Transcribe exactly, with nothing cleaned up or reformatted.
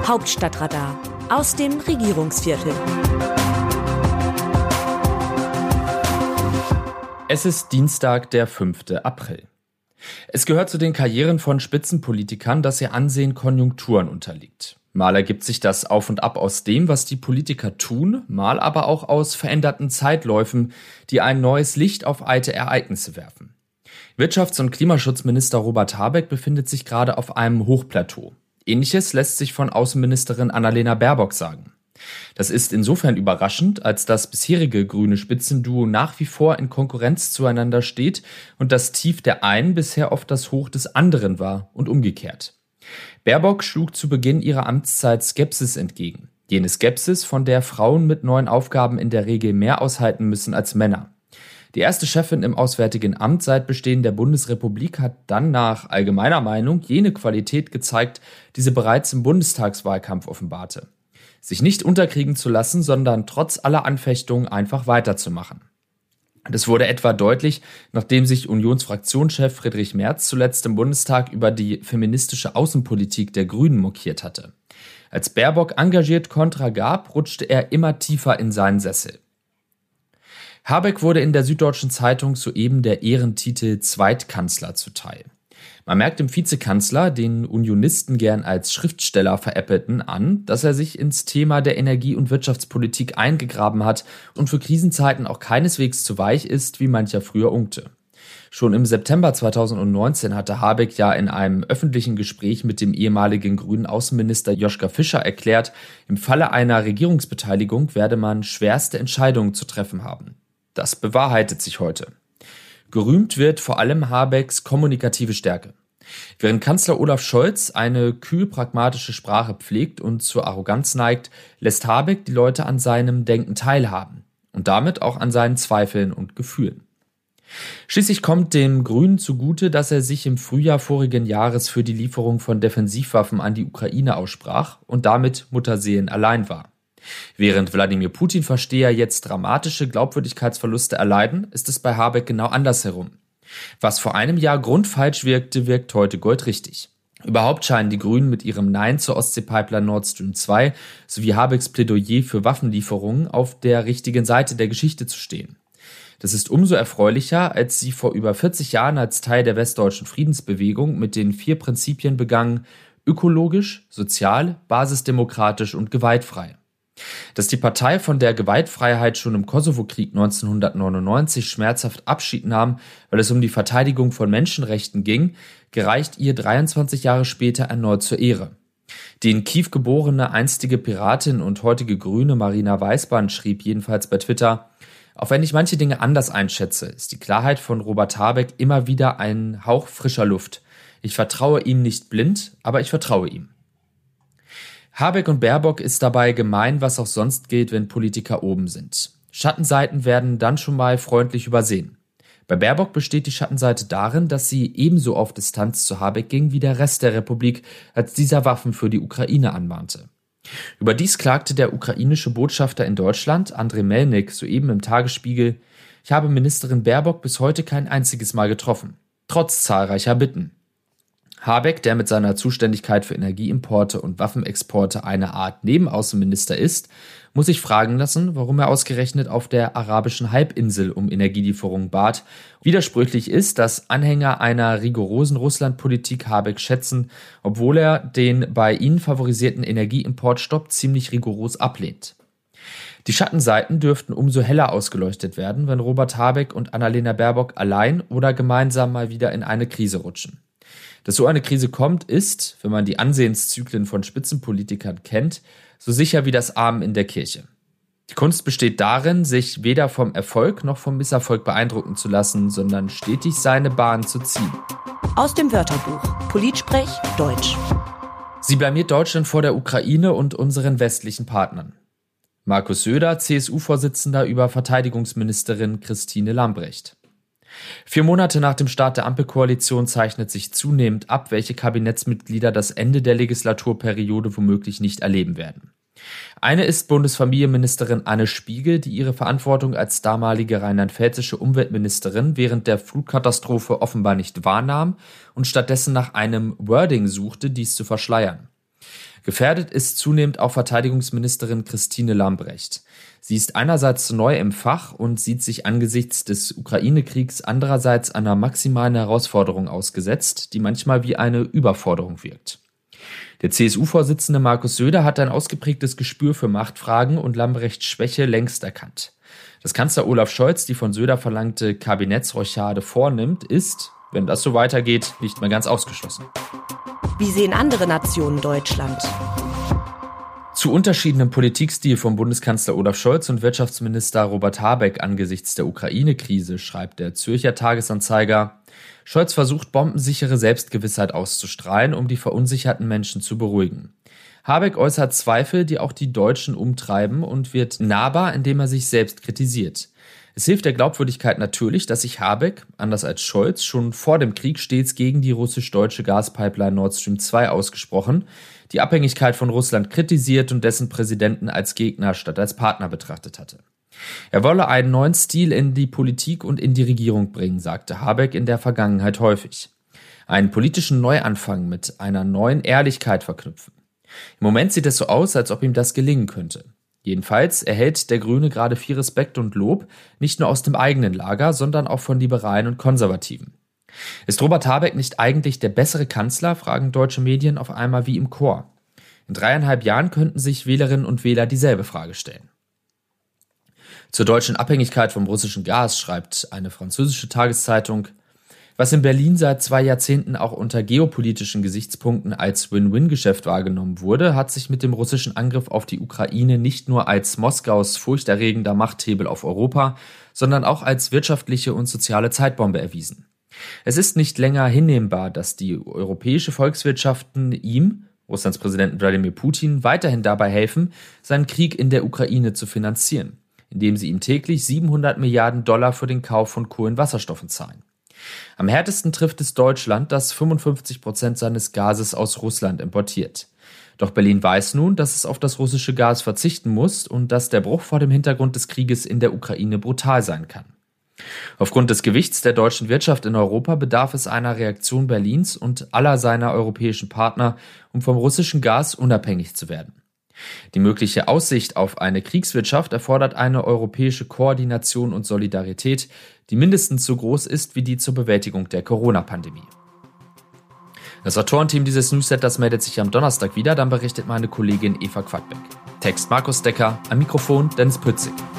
Hauptstadtradar aus dem Regierungsviertel. Es ist Dienstag, der fünfte April. Es gehört zu den Karrieren von Spitzenpolitikern, dass ihr Ansehen Konjunkturen unterliegt. Mal ergibt sich das auf und ab aus dem, was die Politiker tun, mal aber auch aus veränderten Zeitläufen, die ein neues Licht auf alte Ereignisse werfen. Wirtschafts- und Klimaschutzminister Robert Habeck befindet sich gerade auf einem Hochplateau. Ähnliches lässt sich von Außenministerin Annalena Baerbock sagen. Das ist insofern überraschend, als das bisherige grüne Spitzenduo nach wie vor in Konkurrenz zueinander steht und das Tief der einen bisher oft das Hoch des anderen war und umgekehrt. Baerbock schlug zu Beginn ihrer Amtszeit Skepsis entgegen. Jene Skepsis, von der Frauen mit neuen Aufgaben in der Regel mehr aushalten müssen als Männer. Die erste Chefin im Auswärtigen Amt seit Bestehen der Bundesrepublik hat dann nach allgemeiner Meinung jene Qualität gezeigt, die sie bereits im Bundestagswahlkampf offenbarte. Sich nicht unterkriegen zu lassen, sondern trotz aller Anfechtungen einfach weiterzumachen. Das wurde etwa deutlich, nachdem sich Unionsfraktionschef Friedrich Merz zuletzt im Bundestag über die feministische Außenpolitik der Grünen mokiert hatte. Als Baerbock engagiert Kontra gab, rutschte er immer tiefer in seinen Sessel. Habeck wurde in der Süddeutschen Zeitung soeben der Ehrentitel Zweitkanzler zuteil. Man merkt dem Vizekanzler, den Unionisten gern als Schriftsteller veräppelten, an, dass er sich ins Thema der Energie- und Wirtschaftspolitik eingegraben hat und für Krisenzeiten auch keineswegs zu weich ist, wie mancher früher unkte. Schon im September zweitausendneunzehn hatte Habeck ja in einem öffentlichen Gespräch mit dem ehemaligen grünen Außenminister Joschka Fischer erklärt, im Falle einer Regierungsbeteiligung werde man schwerste Entscheidungen zu treffen haben. Das bewahrheitet sich heute. Gerühmt wird vor allem Habecks kommunikative Stärke. Während Kanzler Olaf Scholz eine kühl pragmatische Sprache pflegt und zur Arroganz neigt, lässt Habeck die Leute an seinem Denken teilhaben und damit auch an seinen Zweifeln und Gefühlen. Schließlich kommt dem Grünen zugute, dass er sich im Frühjahr vorigen Jahres für die Lieferung von Defensivwaffen an die Ukraine aussprach und damit Mutterseelen allein war. Während Wladimir Putin-Versteher jetzt dramatische Glaubwürdigkeitsverluste erleiden, ist es bei Habeck genau andersherum. Was vor einem Jahr grundfalsch wirkte, wirkt heute goldrichtig. Überhaupt scheinen die Grünen mit ihrem Nein zur Ostsee-Pipeline Nord Stream zwei sowie Habecks Plädoyer für Waffenlieferungen auf der richtigen Seite der Geschichte zu stehen. Das ist umso erfreulicher, als sie vor über vierzig Jahren als Teil der westdeutschen Friedensbewegung mit den vier Prinzipien begangen: ökologisch, sozial, basisdemokratisch und gewaltfrei. Dass die Partei von der Gewaltfreiheit schon im Kosovo-Krieg neunzehnhundertneunundneunzig schmerzhaft Abschied nahm, weil es um die Verteidigung von Menschenrechten ging, gereicht ihr dreiundzwanzig Jahre später erneut zur Ehre. Die in Kiew geborene einstige Piratin und heutige Grüne Marina Weißband schrieb jedenfalls bei Twitter: Auch wenn ich manche Dinge anders einschätze, ist die Klarheit von Robert Habeck immer wieder ein Hauch frischer Luft. Ich vertraue ihm nicht blind, aber ich vertraue ihm. Habeck und Baerbock ist dabei gemein, was auch sonst gilt, wenn Politiker oben sind. Schattenseiten werden dann schon mal freundlich übersehen. Bei Baerbock besteht die Schattenseite darin, dass sie ebenso auf Distanz zu Habeck ging wie der Rest der Republik, als dieser Waffen für die Ukraine anmahnte. Überdies klagte der ukrainische Botschafter in Deutschland, Andrei Melnik, soeben im Tagesspiegel: Ich habe Ministerin Baerbock bis heute kein einziges Mal getroffen, trotz zahlreicher Bitten. Habeck, der mit seiner Zuständigkeit für Energieimporte und Waffenexporte eine Art Nebenaußenminister ist, muss sich fragen lassen, warum er ausgerechnet auf der arabischen Halbinsel um Energielieferungen bat. Widersprüchlich ist, dass Anhänger einer rigorosen Russlandpolitik Habeck schätzen, obwohl er den bei ihnen favorisierten Energieimportstopp ziemlich rigoros ablehnt. Die Schattenseiten dürften umso heller ausgeleuchtet werden, wenn Robert Habeck und Annalena Baerbock allein oder gemeinsam mal wieder in eine Krise rutschen. Dass so eine Krise kommt, ist, wenn man die Ansehenszyklen von Spitzenpolitikern kennt, so sicher wie das Amen in der Kirche. Die Kunst besteht darin, sich weder vom Erfolg noch vom Misserfolg beeindrucken zu lassen, sondern stetig seine Bahn zu ziehen. Aus dem Wörterbuch Politsprech Deutsch. Sie blamiert Deutschland vor der Ukraine und unseren westlichen Partnern. Markus Söder, C S U-Vorsitzender, über Verteidigungsministerin Christine Lambrecht. Vier Monate nach dem Start der Ampelkoalition zeichnet sich zunehmend ab, welche Kabinettsmitglieder das Ende der Legislaturperiode womöglich nicht erleben werden. Eine ist Bundesfamilienministerin Anne Spiegel, die ihre Verantwortung als damalige rheinland-pfälzische Umweltministerin während der Flutkatastrophe offenbar nicht wahrnahm und stattdessen nach einem Wording suchte, dies zu verschleiern. Gefährdet ist zunehmend auch Verteidigungsministerin Christine Lambrecht. Sie ist einerseits neu im Fach und sieht sich angesichts des Ukraine-Kriegs andererseits einer maximalen Herausforderung ausgesetzt, die manchmal wie eine Überforderung wirkt. Der C S U-Vorsitzende Markus Söder hat ein ausgeprägtes Gespür für Machtfragen und Lambrechts Schwäche längst erkannt. Dass Kanzler Olaf Scholz die von Söder verlangte Kabinettsrochade vornimmt, ist, wenn das so weitergeht, nicht mehr ganz ausgeschlossen. Wie sehen andere Nationen Deutschland? Zu Unterschieden im Politikstil von Bundeskanzler Olaf Scholz und Wirtschaftsminister Robert Habeck angesichts der Ukraine-Krise schreibt der Zürcher Tagesanzeiger: Scholz versucht, bombensichere Selbstgewissheit auszustrahlen, um die verunsicherten Menschen zu beruhigen. Habeck äußert Zweifel, die auch die Deutschen umtreiben, und wird nahbar, indem er sich selbst kritisiert. Es hilft der Glaubwürdigkeit natürlich, dass sich Habeck, anders als Scholz, schon vor dem Krieg stets gegen die russisch-deutsche Gaspipeline Nord Stream zwei ausgesprochen, die Abhängigkeit von Russland kritisiert und dessen Präsidenten als Gegner statt als Partner betrachtet hatte. Er wolle einen neuen Stil in die Politik und in die Regierung bringen, sagte Habeck in der Vergangenheit häufig. Einen politischen Neuanfang mit einer neuen Ehrlichkeit verknüpfen. Im Moment sieht es so aus, als ob ihm das gelingen könnte. Jedenfalls erhält der Grüne gerade viel Respekt und Lob, nicht nur aus dem eigenen Lager, sondern auch von Liberalen und Konservativen. Ist Robert Habeck nicht eigentlich der bessere Kanzler, fragen deutsche Medien auf einmal wie im Chor. In dreieinhalb Jahren könnten sich Wählerinnen und Wähler dieselbe Frage stellen. Zur deutschen Abhängigkeit vom russischen Gas schreibt eine französische Tageszeitung: Was in Berlin seit zwei Jahrzehnten auch unter geopolitischen Gesichtspunkten als Win-Win-Geschäft wahrgenommen wurde, hat sich mit dem russischen Angriff auf die Ukraine nicht nur als Moskaus furchterregender Machthebel auf Europa, sondern auch als wirtschaftliche und soziale Zeitbombe erwiesen. Es ist nicht länger hinnehmbar, dass die europäische Volkswirtschaften ihm, Russlands Präsidenten Wladimir Putin, weiterhin dabei helfen, seinen Krieg in der Ukraine zu finanzieren, indem sie ihm täglich siebenhundert Milliarden Dollar für den Kauf von Kohlenwasserstoffen zahlen. Am härtesten trifft es Deutschland, das fünfundfünfzig Prozent seines Gases aus Russland importiert. Doch Berlin weiß nun, dass es auf das russische Gas verzichten muss und dass der Bruch vor dem Hintergrund des Krieges in der Ukraine brutal sein kann. Aufgrund des Gewichts der deutschen Wirtschaft in Europa bedarf es einer Reaktion Berlins und aller seiner europäischen Partner, um vom russischen Gas unabhängig zu werden. Die mögliche Aussicht auf eine Kriegswirtschaft erfordert eine europäische Koordination und Solidarität, die mindestens so groß ist wie die zur Bewältigung der Corona-Pandemie. Das Autorenteam dieses Newsletters meldet sich am Donnerstag wieder, dann berichtet meine Kollegin Eva Quadbeck. Text Markus Decker, am Mikrofon Dennis Pützig.